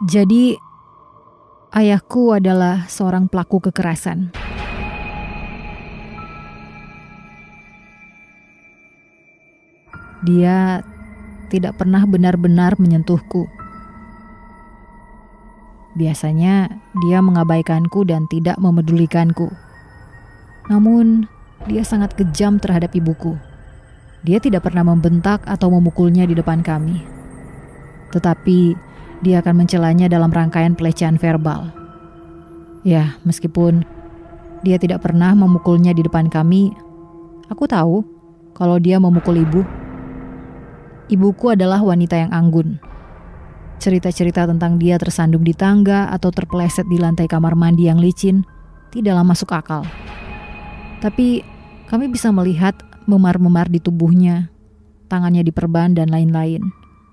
Jadi, ayahku adalah seorang pelaku kekerasan. Dia tidak pernah benar-benar menyentuhku. Biasanya dia mengabaikanku dan tidak memedulikanku. Namun, dia sangat kejam terhadap ibuku. Dia tidak pernah membentak atau memukulnya di depan kami. Tetapi, dia akan mencelanya dalam rangkaian pelecehan verbal. Ya, meskipun dia tidak pernah memukulnya di depan kami, aku tahu kalau dia memukul ibu. Ibuku adalah wanita yang anggun. Cerita-cerita tentang dia tersandung di tangga atau terpeleset di lantai kamar mandi yang licin tidaklah masuk akal. Tapi kami bisa melihat memar-memar di tubuhnya, tangannya diperban dan lain-lain.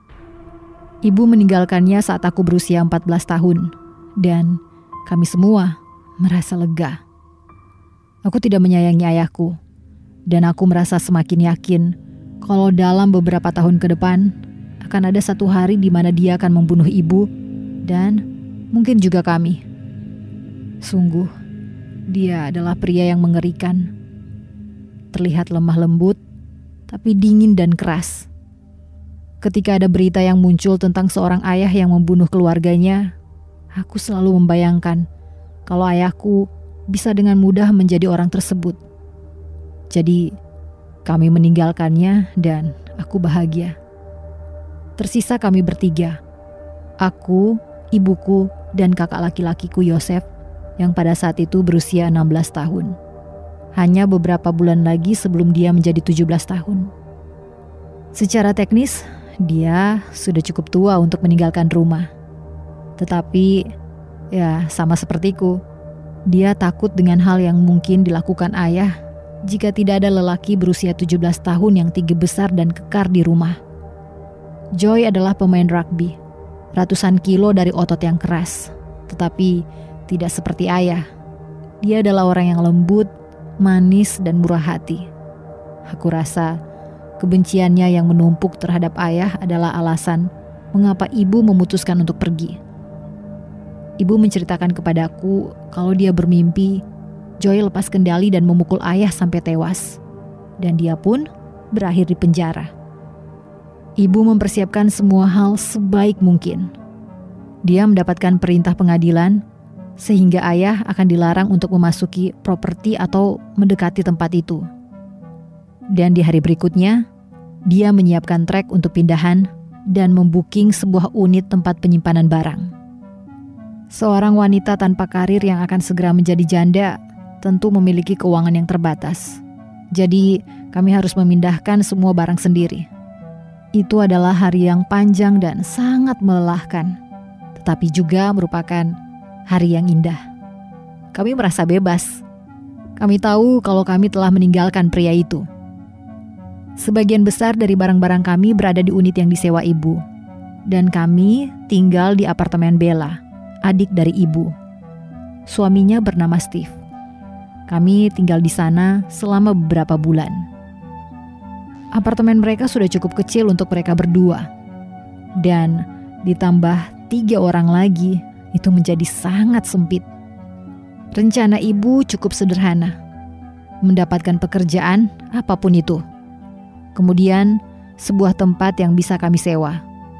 Ibu meninggalkannya saat aku berusia 14 tahun dan kami semua merasa lega. Aku tidak menyayangi ayahku dan aku merasa semakin yakin kalau dalam beberapa tahun ke depan akan ada satu hari di mana dia akan membunuh ibu dan mungkin juga kami. Sungguh, dia adalah pria yang mengerikan. Terlihat lemah lembut, tapi dingin dan keras. Ketika ada berita yang muncul tentang seorang ayah yang membunuh keluarganya, aku selalu membayangkan kalau ayahku bisa dengan mudah menjadi orang tersebut. Jadi, kami meninggalkannya dan aku bahagia. Tersisa kami bertiga. Aku, ibuku, dan kakak laki-lakiku Yosef yang pada saat itu berusia 16 tahun. Hanya beberapa bulan lagi sebelum dia menjadi 17 tahun. Secara teknis, dia sudah cukup tua untuk meninggalkan rumah. Tetapi, ya sama sepertiku, dia takut dengan hal yang mungkin dilakukan ayah jika tidak ada lelaki berusia 17 tahun yang tinggi besar dan kekar di rumah. Joy adalah pemain rugby, ratusan kilo dari otot yang keras, tetapi tidak seperti ayah. Dia adalah orang yang lembut, manis, dan murah hati. Aku rasa kebenciannya yang menumpuk terhadap ayah adalah alasan mengapa ibu memutuskan untuk pergi. Ibu menceritakan kepadaku kalau dia bermimpi Joy lepas kendali dan memukul ayah sampai tewas. Dan dia pun berakhir di penjara. Ibu mempersiapkan semua hal sebaik mungkin. Dia mendapatkan perintah pengadilan sehingga ayah akan dilarang untuk memasuki properti atau mendekati tempat itu. Dan di hari berikutnya, dia menyiapkan trek untuk pindahan dan membooking sebuah unit tempat penyimpanan barang. Seorang wanita tanpa karir yang akan segera menjadi janda tentu memiliki keuangan yang terbatas. Jadi, kami harus memindahkan semua barang sendiri. Itu adalah hari yang panjang dan sangat melelahkan, tetapi juga merupakan hari yang indah. Kami merasa bebas. Kami tahu kalau kami telah meninggalkan pria itu. Sebagian besar dari barang-barang kami berada di unit yang disewa ibu. Dan kami tinggal di apartemen Bella, adik dari ibu. Suaminya bernama Steve. Kami tinggal di sana selama beberapa bulan. Apartemen mereka sudah cukup kecil untuk mereka berdua. Dan ditambah 3 orang lagi, itu menjadi sangat sempit. Rencana ibu cukup sederhana. Mendapatkan pekerjaan apapun itu. Kemudian sebuah tempat yang bisa kami sewa.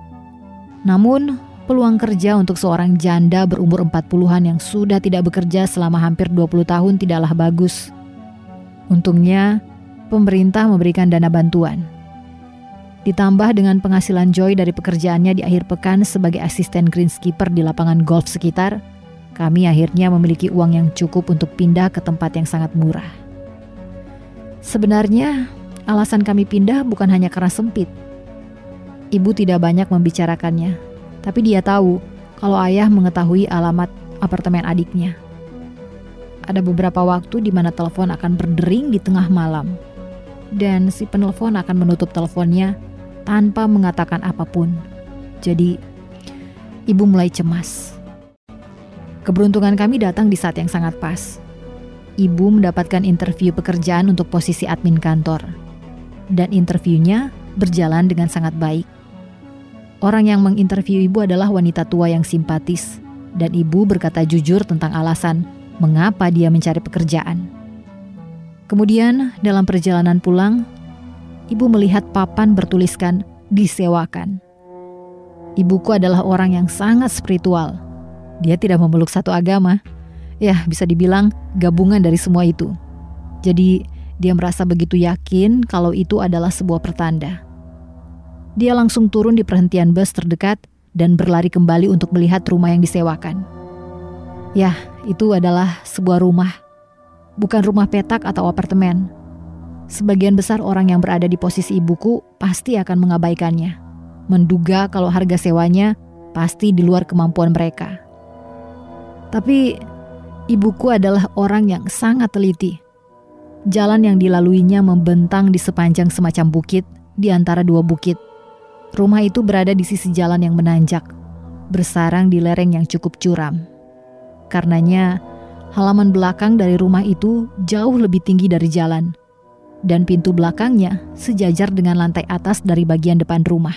Namun peluang kerja untuk seorang janda berumur 40-an yang sudah tidak bekerja selama hampir 20 tahun tidaklah bagus. Untungnya, pemerintah memberikan dana bantuan. Ditambah dengan penghasilan Joy dari pekerjaannya di akhir pekan sebagai asisten greenskeeper di lapangan golf sekitar, kami akhirnya memiliki uang yang cukup untuk pindah ke tempat yang sangat murah. Sebenarnya, alasan kami pindah bukan hanya karena sempit. Ibu tidak banyak membicarakannya. Tapi dia tahu kalau ayah mengetahui alamat apartemen adiknya. Ada beberapa waktu di mana telepon akan berdering di tengah malam. Dan si penelpon akan menutup teleponnya tanpa mengatakan apapun. Jadi, ibu mulai cemas. Keberuntungan kami datang di saat yang sangat pas. Ibu mendapatkan interview pekerjaan untuk posisi admin kantor. Dan interviewnya berjalan dengan sangat baik. Orang yang menginterview ibu adalah wanita tua yang simpatis, dan ibu berkata jujur tentang alasan mengapa dia mencari pekerjaan. Kemudian dalam perjalanan pulang, ibu melihat papan bertuliskan disewakan. Ibuku adalah orang yang sangat spiritual. Dia tidak memeluk satu agama. Ya, bisa dibilang gabungan dari semua itu. Jadi, dia merasa begitu yakin kalau itu adalah sebuah pertanda. Dia langsung turun di perhentian bus terdekat dan berlari kembali untuk melihat rumah yang disewakan. Ya, itu adalah sebuah rumah. Bukan rumah petak atau apartemen. Sebagian besar orang yang berada di posisi ibuku pasti akan mengabaikannya. Menduga kalau harga sewanya pasti di luar kemampuan mereka. Tapi ibuku adalah orang yang sangat teliti. Jalan yang dilaluinya membentang di sepanjang semacam bukit di antara dua bukit. Rumah itu berada di sisi jalan yang menanjak, bersarang di lereng yang cukup curam. Karenanya, halaman belakang dari rumah itu jauh lebih tinggi dari jalan, dan pintu belakangnya sejajar dengan lantai atas dari bagian depan rumah.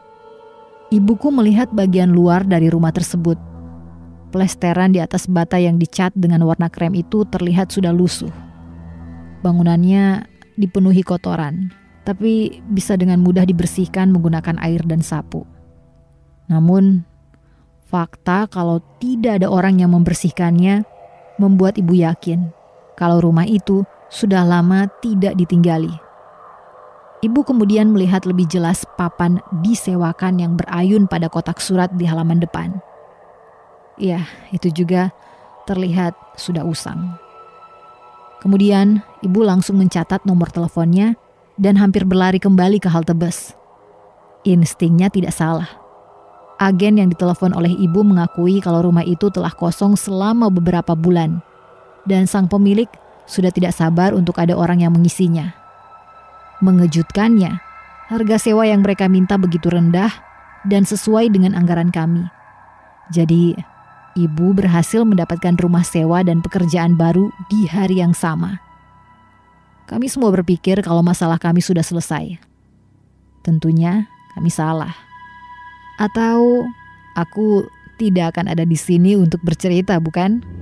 Ibuku melihat bagian luar dari rumah tersebut. Plesteran di atas bata yang dicat dengan warna krem itu terlihat sudah lusuh. Bangunannya dipenuhi kotoran, tapi bisa dengan mudah dibersihkan menggunakan air dan sapu. Namun, fakta kalau tidak ada orang yang membersihkannya membuat ibu yakin kalau rumah itu sudah lama tidak ditinggali. Ibu kemudian melihat lebih jelas papan disewakan yang berayun pada kotak surat di halaman depan. Ya, itu juga terlihat sudah usang. Kemudian, ibu langsung mencatat nomor teleponnya dan hampir berlari kembali ke halte bus. Instingnya tidak salah. Agen yang ditelepon oleh ibu mengakui kalau rumah itu telah kosong selama beberapa bulan, dan sang pemilik sudah tidak sabar untuk ada orang yang mengisinya. Mengejutkannya, harga sewa yang mereka minta begitu rendah dan sesuai dengan anggaran kami. Jadi, ibu berhasil mendapatkan rumah sewa dan pekerjaan baru di hari yang sama. Kami semua berpikir kalau masalah kami sudah selesai. Tentunya kami salah. Atau aku tidak akan ada di sini untuk bercerita, bukan?